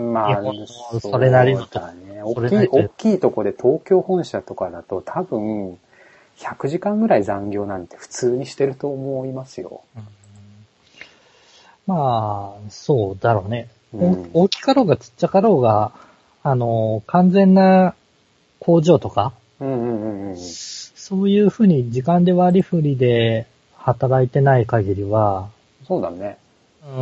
まあ、 それなりのだね。大きい、大きいとこで東京本社とかだと多分、ひゃくじかんぐらい残業なんて普通にしてると思いますよ。うん、 まあ、そうだろうね。うん、大きかろうがちっちゃかろうが、あの、完全な工場とか、 うんうんうんうん、 そういうふうに時間で割り振りで働いてない限りは、 そうだね。 うん、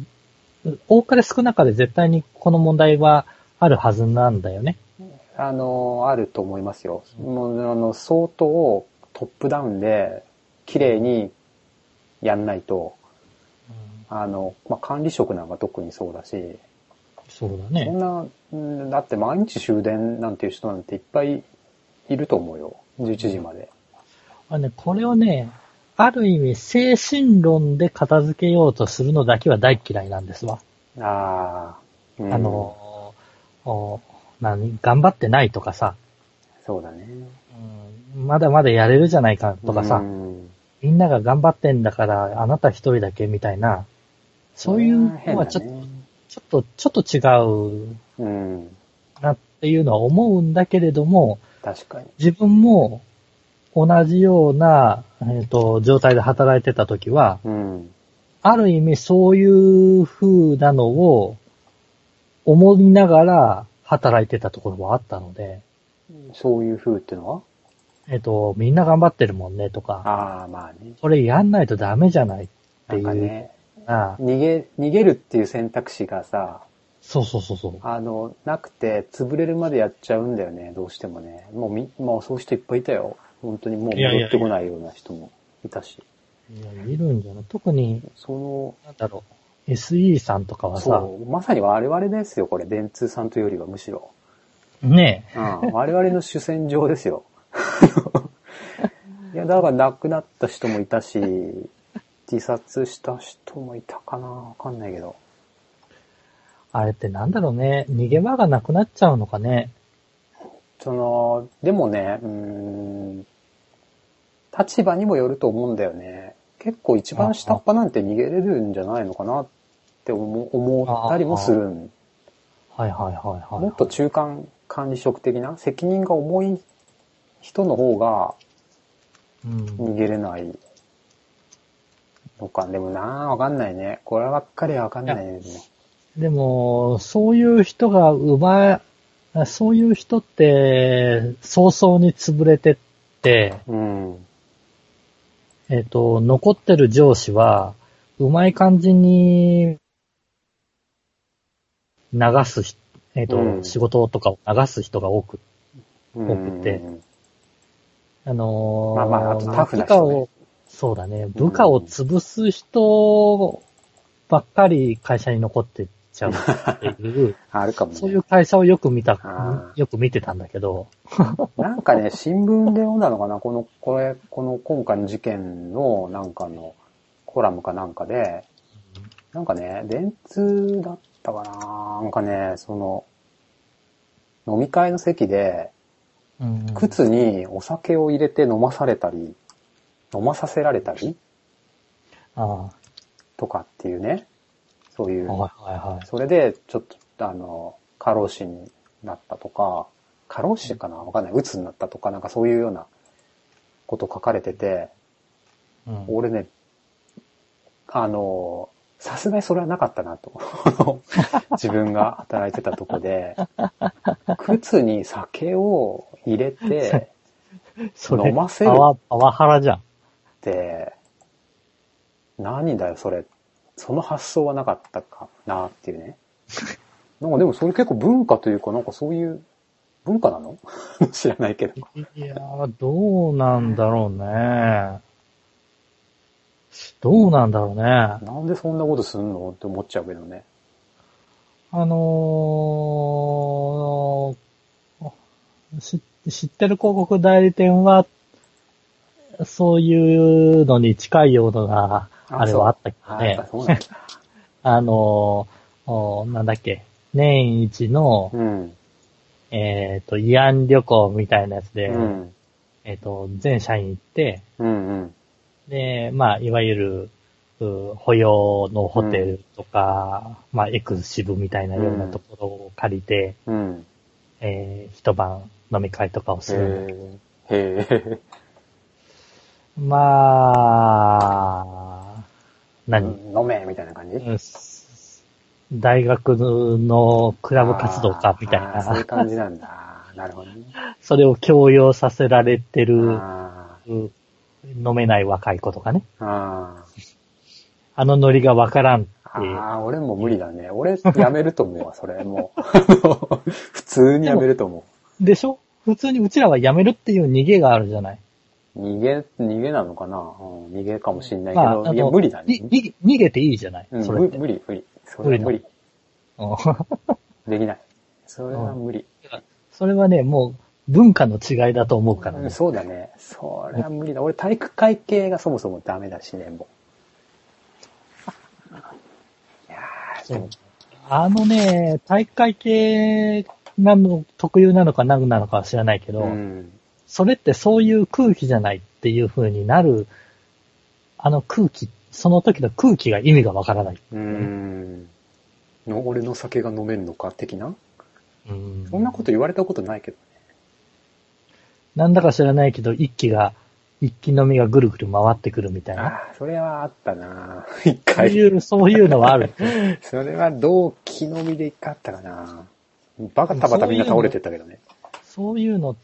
多かれ少なかれ絶対にこの問題はあるはずなんだよね。 あの、あると思いますよ。もう、あの、相当トップダウンで綺麗にやんないと、うん、あの、まあ、管理職なんか特にそうだし、 そうだね。 そんな、だって毎日終電なんていう人なんていっぱいいると思うよ。じゅういちじまで。 あね、これをね、ある意味精神論で片付けようとするのだけは大嫌いなんですわ。 ああ、 うん、あの、 お何、頑張ってないとかさ、 そうだね。 うん、まだまだやれるじゃないかとかさ、みんなが頑張ってんだからあなた一人だけみたいな、そういうのはちょっと、ね、ちょっと、ちょっと違うなっていうのは思うんだけれども、 確かに自分も同じような、えっと、状態で働いてた時は、うん、ある意味そういう風なのを思いながら働いてたところもあったので。 そういう風ってのはえっと、みんな頑張ってるもんねとか。 ああ、まあね。 これやんないとダメじゃないっていう。 なんかね、逃げ、逃げるっていう選択肢がさ、 そうそうそうそう。 あの、なくて、潰れるまでやっちゃうんだよね、どうしてもね。もうみ、もうそういう人いっぱいいたよ。本当にもう戻ってこないような人もいたし。 いやいやいや、いるんじゃない特に、 その、 なんだろう、エスイー さんとかはさ。 そう、まさに我々ですよ、これ。電通さんというよりはむしろ。 ねえ。うん、我々の主戦場ですよ。いや、だから亡くなった人もいたし、自殺した人もいたかな、わかんないけど。 あれってなんだろうね、逃げ場がなくなっちゃうのかね。 その、でもね、うーん、立場にもよると思うんだよね。結構一番下っ端なんて逃げれるんじゃないのかなって思思ったりもするん。 はいはいはいはい。 もっと中間管理職的な責任が重い人の方が逃げれないのか。うん、でもなぁ、わかんないね。こればっかりはわかんないね。 でも、そういう人がうまい、そういう人って、早々に潰れてって、うん、えっと、残ってる上司は、うまい感じに流す、えっと、うん、仕事とかを流す人が多く、多くて、あのー、まあまあ、あとタフな人、ね、部下を、そうだね、部下を潰す人ばっかり会社に残ってちゃうっていう、 あるかもね。 そういう会社をよく見た、よく見てたんだけど。 なんかね、新聞で読んだのかな、この、これ、この今回の事件のなんかのコラムかなんかで、なんかね、電通だったかな、なんかね、その、飲み会の席で、靴にお酒を入れて飲まされたり、飲まさせられたり、ああとかっていうね、そういう、はいはいはい、それでちょっとあの過労死になったとか、過労死かなわかんない、鬱になったとか、なんかそういうようなこと書かれてて、うん、俺ね、あのさすがにそれはなかったなと自分が働いてたとこで靴に酒を入れて飲ませるパワパワハラじゃんって何だよそれ、その発想はなかったかなっていうね。なんかでもそれ結構文化というか、なんかそういう文化なの知らないけど。 いやー、どうなんだろうね。どうなんだろうね。 なんでそんなことすんのって思っちゃうけどね。 あのー、知ってる広告代理店は、そういうのに近いような、あれはあったけどね。あ、そうなんだ。あのー、なんだっけ、年一の、うん、えっ、ー、と、慰安旅行みたいなやつで、うん、えっ、ー、と、全社員行って、うんうん、で、まあ、いわゆる、保養のホテルとか、うん、まあ、エクスシブみたいなようなところを借りて、うん、えー、一晩飲み会とかをするんだけど。へー。まあ、何、 うん、飲めみたいな感じ、うん、 大学のクラブ活動かみたいな。 そういう感じなんだ。なるほどね。 それを強要させられてる、飲めない若い子とかね。あ, あのノリがわからんって。 ああ、俺も無理だね。俺やめると思うわ、それもう。普通にやめると思う。でしょ？普通にうちらはやめるっていう逃げがあるじゃない。 逃げ、逃げなのかな、うん、逃げかもしんないけど、まあ、いや、無理だね。 に、逃げていいじゃない、 うん、それって。無理、無理。それは無理。できない。それは無理。 それはね、もう文化の違いだと思うからね。 うん、そうだね。それは無理だ。俺体育会系がそもそもダメだしね、もう。いやー、でも、 あのね、体育会系なの、特有なのか何なのかは知らないけど、うん、それってそういう空気じゃないっていう風になる、あの空気、その時の空気が意味がわからない、ね。 うーんの。俺の酒が飲めんのか的な？うん。そんなこと言われたことないけどね。 なんだか知らないけど、一気が、一気飲みがぐるぐる回ってくるみたいな。 ああ、それはあったな一回。 そういう、そういうのはある。 それは同期飲みで一回あったかな。バカタバタみんな倒れてったけどね。 そういうのって、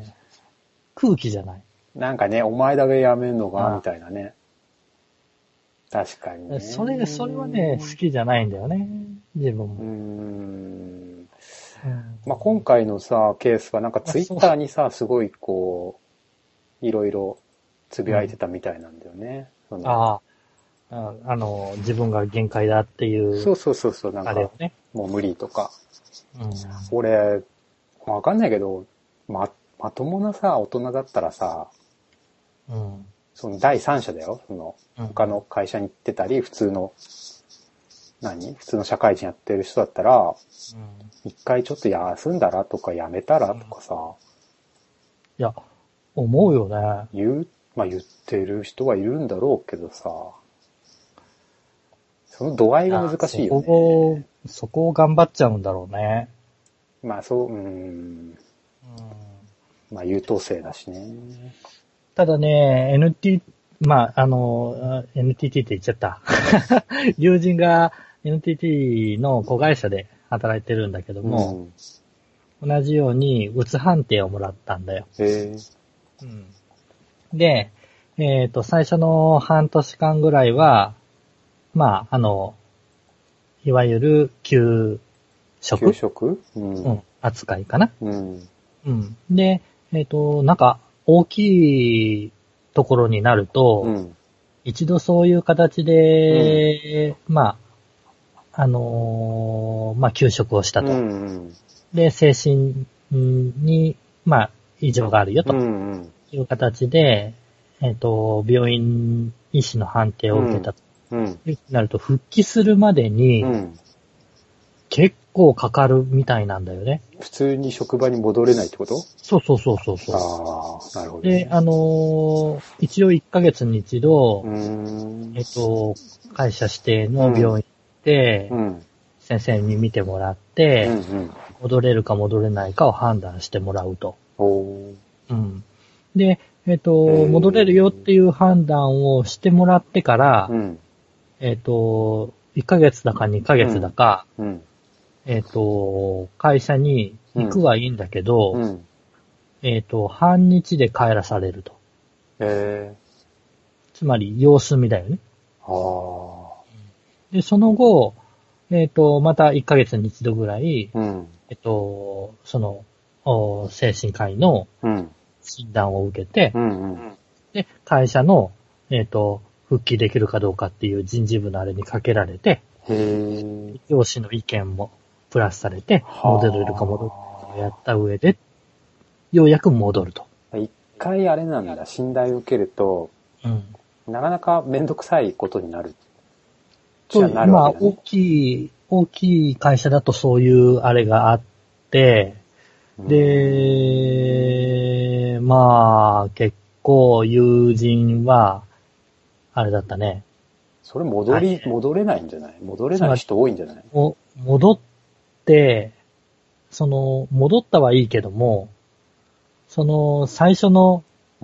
空気じゃない。 なんかね、お前だけやめんのかみたいなね。確かにね。 それ、それはね、好きじゃないんだよね。自分も。うーん。 うんまあ、今回のさ、ケースはなんかツイッターにさ、すごいこう、いろいろつぶやいてたみたいなんだよね。うん、 ああ、あの、自分が限界だっていう。 そうそうそうそう、なんか、ね、もう無理とか。うん、俺、わかんないけど、ま、まともなさ、大人だったらさ、うん、その第三者だよ。その、他の会社に行ってたり、普通の、何普通の社会人やってる人だったら、一、うん、回ちょっと休んだらとかやめたらとかさ。 いや、思うよね。 言う、まあ言ってる人はいるんだろうけどさ、その度合いが難しいよね。 そこを、そこを頑張っちゃうんだろうね。 まあそう、うーん。うん、まあ優等生だしね。 ただね、エヌティー、まあ、あの、エヌティーティー って言っちゃった。友人が エヌティーティー の子会社で働いてるんだけども、うん、同じように、うつ判定をもらったんだよ。へー、うん、で、えっと、最初の半年間ぐらいは、まあ、あの、いわゆる休職休職、うんうん、扱いかな。うん。うん。で、えっと、なんか、大きいところになると、うん、一度そういう形で、うん、まあ、あのー、まあ、休職をしたと。うんうん、で、精神に、まあ、異常があるよという形で、うんうん、えっと、病院医師の判定を受けたと。うんうん、なると、復帰するまでに、うん、結構かかるみたいなんだよね。 普通に職場に戻れないってこと？ そうそうそうそうそう。 ああ、なるほど、ね。 で、あのー、一応いっかげつに一度、えっと、会社指定の病院行って、うん、先生に見てもらって、うんうん、戻れるか戻れないかを判断してもらうと。うん、で、えっと、戻れるよっていう判断をしてもらってから、うん、えっと、いっかげつだかにかげつだか、うんうん、えっと、会社に行くはいいんだけど、うんうん、えっと、半日で帰らされると。へー。つまり、様子見だよね。はあ。で、その後、えっと、またいっかげつに一度ぐらい、うん、えっと、その、精神科医の診断を受けて、うんうん、で、会社の、えっと、復帰できるかどうかっていう人事部のあれにかけられて、へー。上司の意見もプラスされて、戻れるか戻れないかをやった上で、ようやく戻ると。 一回あれなんだ、診断を受けると、うん、なかなかめんどくさいことになる。 じゃなるわけだね。まあ、大きい、大きい会社だとそういうあれがあって、で、まあ、結構友人は、あれだったね。 それ戻り、戻れないんじゃない？戻れない人多いんじゃない？ お戻って、その、戻ったはいいけども、その、最初の、うん、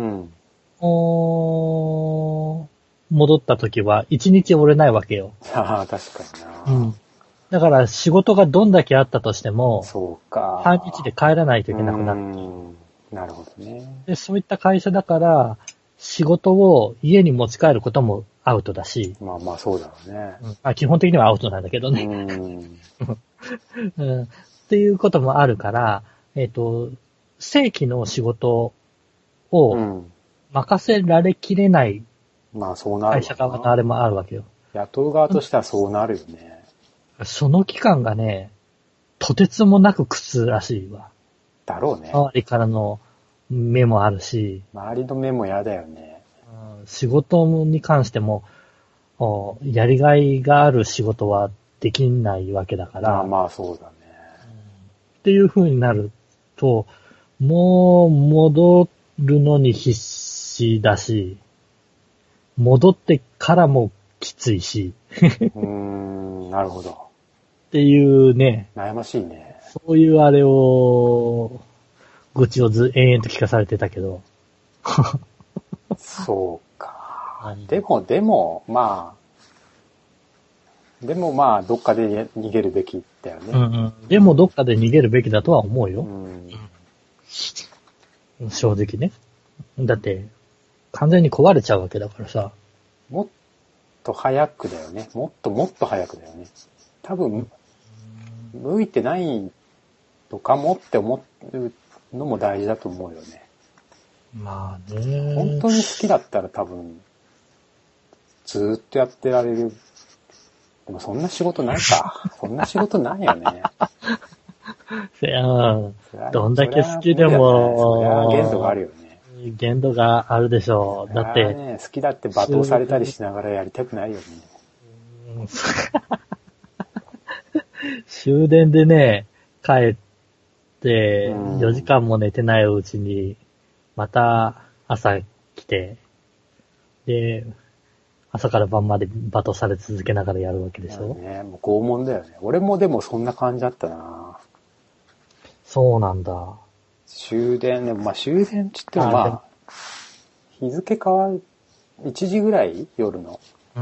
お戻った時は、一日折れないわけよ。 ああ、確かにな。うん。 だから仕事がどんだけあったとしても、 そうか。 半日で帰らないといけなくなる。 なるほどね。 で、そういった会社だから、仕事を家に持ち帰ることもアウトだし。 まあまあそうだろうね。 うん、まあ基本的にはアウトなんだけどね。うんうん、っていうこともあるから、えっと、正規の仕事を任せられきれない会社側のあれもあるわけよ。 雇う側としてはそうなるよね。 その期間がね、とてつもなく苦痛らしいわ。 だろうね。 周りからの目もあるし。 周りの目も嫌だよね。 仕事に関しても、やりがいがある仕事はできないわけだから。 あまあそうだね。 っていう風になると、もう戻るのに必死だし、戻ってからもきついし。 うーん、なるほど。 っていうね。 悩ましいね。 そういうあれを、愚痴をず延々と聞かされてたけど。 そうか。でも、でも、まあ、でもまあ、どっかで逃げるべきだよね。 うんうん。でもどっかで逃げるべきだとは思うよ。うん、正直ね。だって、完全に壊れちゃうわけだからさ。 もっと早くだよね。もっともっと早くだよね。多分、向いてないとかもって思うのも大事だと思うよね。 まあね。 本当に好きだったら多分、ずーっとやってられる。でもそんな仕事ないか。そんな仕事ないよね。 いや、どんだけ好きでも、 そりゃ限度があるよね。 限度があるでしょう。だって、 ね、好きだって罵倒されたりしながらやりたくないよね。 終電でね、帰って、よじかんも寝てないうちに、また朝来て、で、朝から晩まで罵倒され続けながらやるわけでしょ。 ね、もう拷問だよね。俺もでもそんな感じだったな。 そうなんだ。 終電ね、まあ終電って言ってもまあ、日付変わる、いちじぐらい夜の、うん、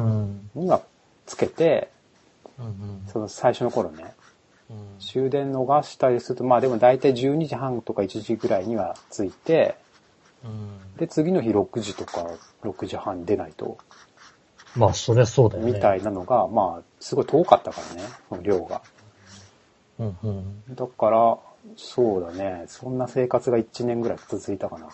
にはつけて、うんうん、その最初の頃ね、うん、終電逃したりすると、まあでも大体じゅうにじはんとかいちじぐらいには着いて、うん、で、次の日ろくじとかろくじはんに出ないと。 まあ、そりゃそうだよね。 みたいなのが、まあ、すごい遠かったからね、その量が。 うんうん、 だから、そうだね、そんな生活がいちねんぐらい続いたかな。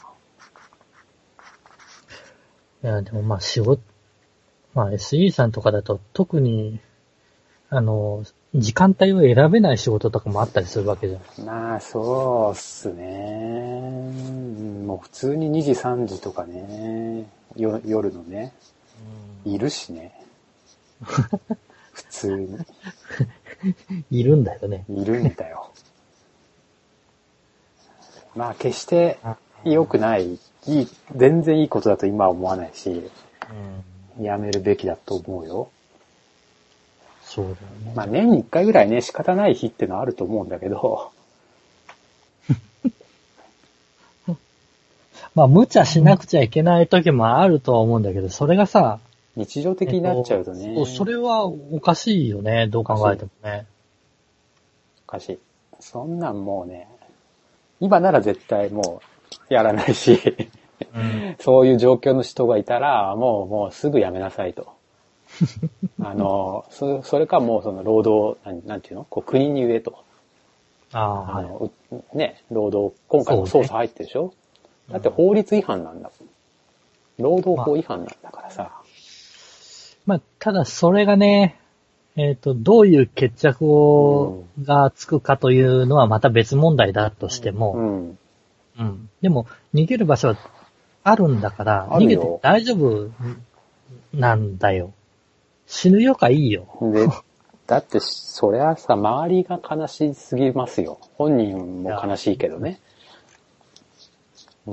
いや、でもまあ仕事、まあ エスイー さんとかだと特に、あの、時間帯を選べない仕事とかもあったりするわけじゃん。 まあ、そうっすね。もう普通ににじ、さんじとかね、よ夜のね、いるしね。普通に。 いるんだよね。 いるんだよ。まあ、決して良くない、いい、全然いいことだと今は思わないし、うん、やめるべきだと思うよ。 そうだよね。 まあ年に一回ぐらいね、仕方ない日ってのはあると思うんだけど。 まあ無茶しなくちゃいけない時もあるとは思うんだけど、それがさ、 日常的になっちゃうとね。 えっと、それはおかしいよね、どう考えてもね。 おかしい。そんなんもうね、今なら絶対もうやらないし、うん、そういう状況の人がいたら、もうもうすぐやめなさいと。あの、そ、それかもうその労働、なん、なんていうのこう国に言えと。 ああ、 あの、はい、ね、労働、今回も捜査入ってるでしょ、ね、だって法律違反なんだもん。労働法違反なんだからさ。 まあ、まあ、ただそれがね、えっと、どういう決着を、うん、がつくかというのはまた別問題だとしても、うん。うん。でも、逃げる場所はあるんだから、逃げて大丈夫なんだよ。死ぬよかいいよ。 で、だって、そりゃさ、周りが悲しすぎますよ。本人も悲しいけどね。うん。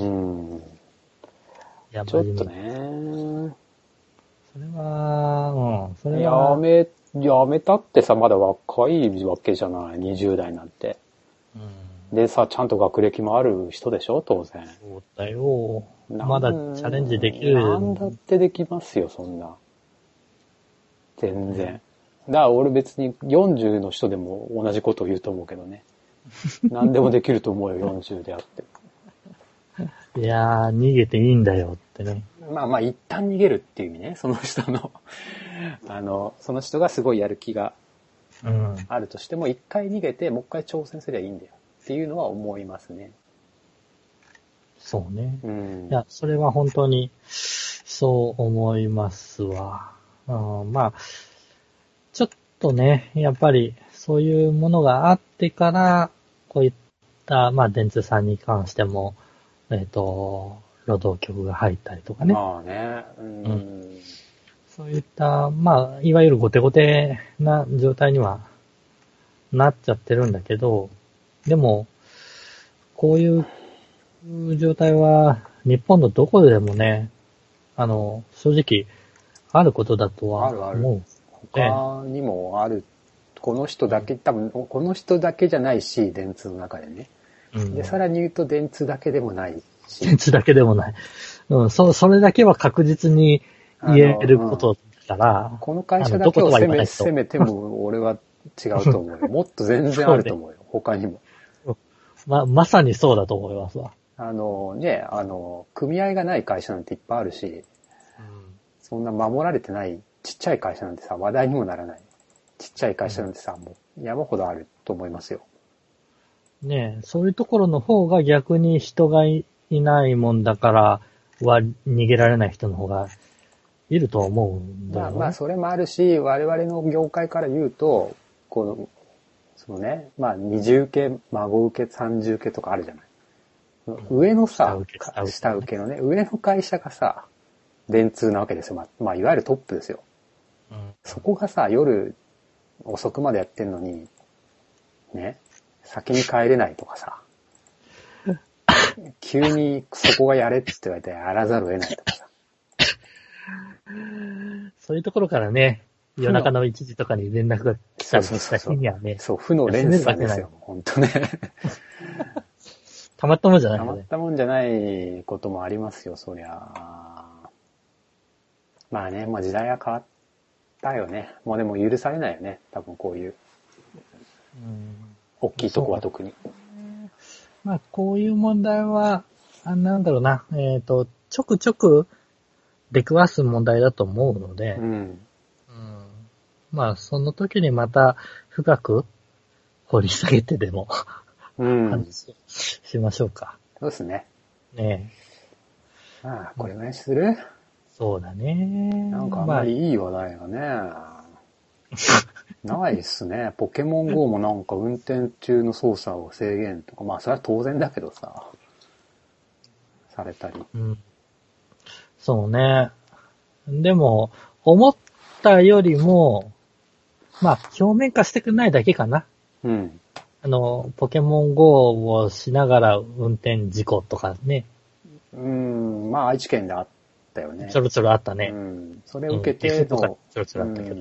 いや、ちょっとね。 それは、うん、それは。やめ、やめたってさ、まだ若いわけじゃない。にじゅう代なんて。うん、でさ、ちゃんと学歴もある人でしょ、当然。 そうだよ。まだチャレンジできる。 なんだってできますよ、そんな。全然。だから俺別によんじゅうの人でも同じことを言うと思うけどね。何でもできると思うよ、よんじゅうであって。 いやー、逃げていいんだよってね。 まあまあ一旦逃げるっていう意味ね、その人の、あの、その人がすごいやる気があるとしても、一回逃げてもう一回挑戦すればいいんだよっていうのは思いますね。 そうね。うん、いや、それは本当にそう思いますわ。うん、まあ、ちょっとね、やっぱりそういうものがあってから、こういった、まあ、電通さんに関しても、えっと、労働局が入ったりとかね。 まあね。うん、うん、 そういった、まあ、いわゆるゴテゴテな状態にはなっちゃってるんだけど、でも、こういう状態は日本のどこでもね、あの、正直あることだとは思う。 あるある。他にもある。この人だけ、多分この人だけじゃないし、電通の中でね。うん、で、さらに言うと電通だけでもないし。 電通だけでもない。うん、そ、それだけは確実に言えることだから、 うん、この会社だけを責め、責めても俺は違うと思うよ。もっと全然あると思うよ。他にも。 ま、まさにそうだと思いますわ。 あのね、あの、組合がない会社なんていっぱいあるし、うん、そんな守られてないちっちゃい会社なんてさ、話題にもならない。ちっちゃい会社なんてさ、うん、もう山ほどあると思いますよ。 ねえ、そういうところの方が逆に人が い, いないもんだからは逃げられない人の方がいると思うんだよね。 まあまあそれもあるし、我々の業界から言うと、この、そのね、まあ二重受け、孫受け、三重受けとかあるじゃない。上のさ、下請け、下請けのね、上の会社がさ、電通なわけですよ。まあ、まあ、いわゆるトップですよ。うん、そこがさ、夜遅くまでやってんのに、ね、先に帰れないとかさ、急にそこがやれって言われてやらざるを得ないとかさ。 そういうところからね、夜中のいちじとかに連絡が来たりした日にはね。 そう、負の連鎖ですよ、ほんとね。 たまったもんじゃないよね。たまったもんじゃないこともありますよ、そりゃ。まあね、まあ時代は変わったよね。もうでも許されないよね、多分こういう。うん、大きいとこは特に。 まあこういう問題は、あなんだろうな、えっと、ちょくちょく出くわす問題だと思うので、うんうん、まあその時にまた深く掘り下げてでも、うん、話しましょうか。 そうですね。 ねえ。まあ、これぐらいする、うん、 そうだね。 なんかあんまりいい話題がね、まあ、ないっすね。ポケモン ゴー もなんか運転中の操作を制限とか、まあそれは当然だけどさ、されたり。 うん、そうね。でも、思ったよりも、まあ表面化してくれないだけかな。うん。あの、ポケモン ゴー をしながら運転事故とかね。 うん、まあ愛知県であったよね。 ちょろちょろあったね。 うん。それを受けての、うん、 とかちょろちょろあったけど、うん。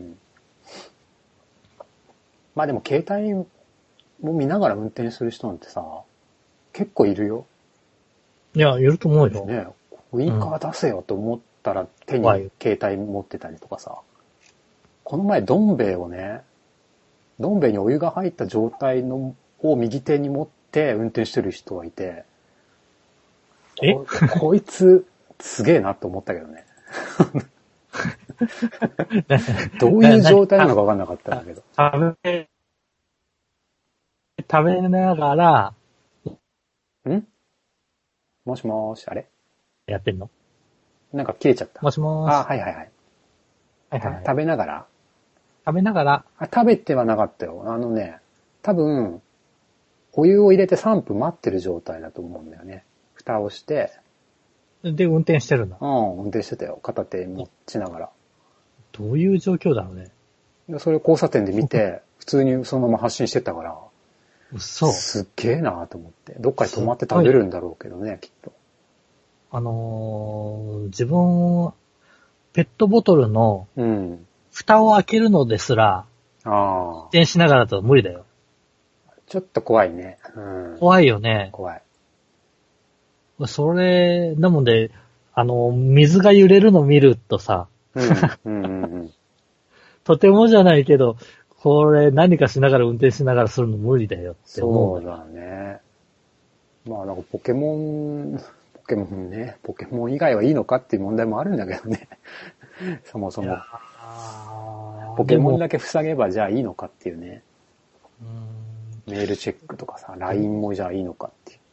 まあでも携帯も見ながら運転する人なんてさ、結構いるよ。 いや、いると思うよ。 ね、ウインカー出せよと思ったら手に携帯持ってたりとかさ。この前どん兵衛をね、どん兵衛にお湯が入った状態のを右手に持って運転してる人がいて、 えこ, こいつすげえなと思ったけどね。どういう状態なのか分かんなかったんだけど。 食べ、食べながら、 んもしもーし、あれやってんのなんか切れちゃった。 もしもーし。 あ、はいはいはい。はいはいはい、食べながら食べながらあ、食べてはなかったよ。あのね、多分、お湯を入れてさんぷん待ってる状態だと思うんだよね。蓋をして。 で、運転してるんだ。 うん、運転してたよ。片手持ちながら。 どういう状況だろうね。 それを交差点で見て、普通にそのまま発信してったから。 嘘。 すっげえなと思って。どっかに止まって食べるんだろうけどね、きっと。 あのー、自分、ペットボトルの、うん。蓋を開けるのですら、ああ。運転しながらだと無理だよ。 ちょっと怖いね。 うん、怖いよね。 怖い。 それ、なので、あの、水が揺れるの見るとさ、うんうんうんうん、とてもじゃないけど、これ何かしながら運転しながらするの無理だよって思う。そうだね。まあなんかポケモン、ポケモンね、ポケモン以外はいいのかっていう問題もあるんだけどね。そもそも。ポケモンだけ塞げばじゃあいいのかっていうね。うん、メールチェックとかさ、ライン もじゃあいいのかっていう。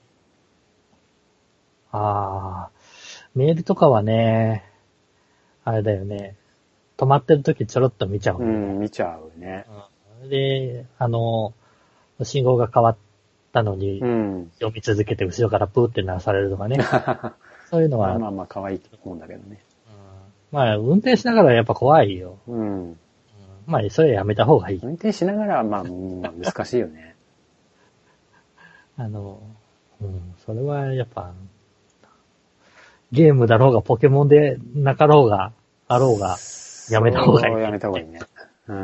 ああ、メールとかはね、あれだよね。止まってる時ちょろっと見ちゃう、 ね。うん、見ちゃうね。 で、あの、信号が変わったのに、読み続けて後ろからプーって鳴らされるとかね。そういうのは。 まあまあまあ可愛いと思うんだけどね。 まあ、運転しながらやっぱ怖いよ。うん。うん、まあ、それやめた方がいい。 運転しながらはまあ、まあ、難しいよね。 あの、うん、それはやっぱ、ゲームだろうがポケモンでなかろうが、あろうが、やめた方がいい。 やめた方がいいね。うん。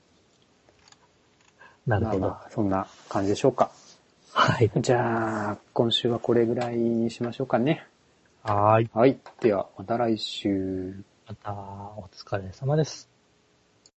なるほど。まあ、 まあ、そんな感じでしょうか。 はい。 じゃあ、今週はこれぐらいにしましょうかね。 はい。 はい。では、また来週。 また、お疲れ様です。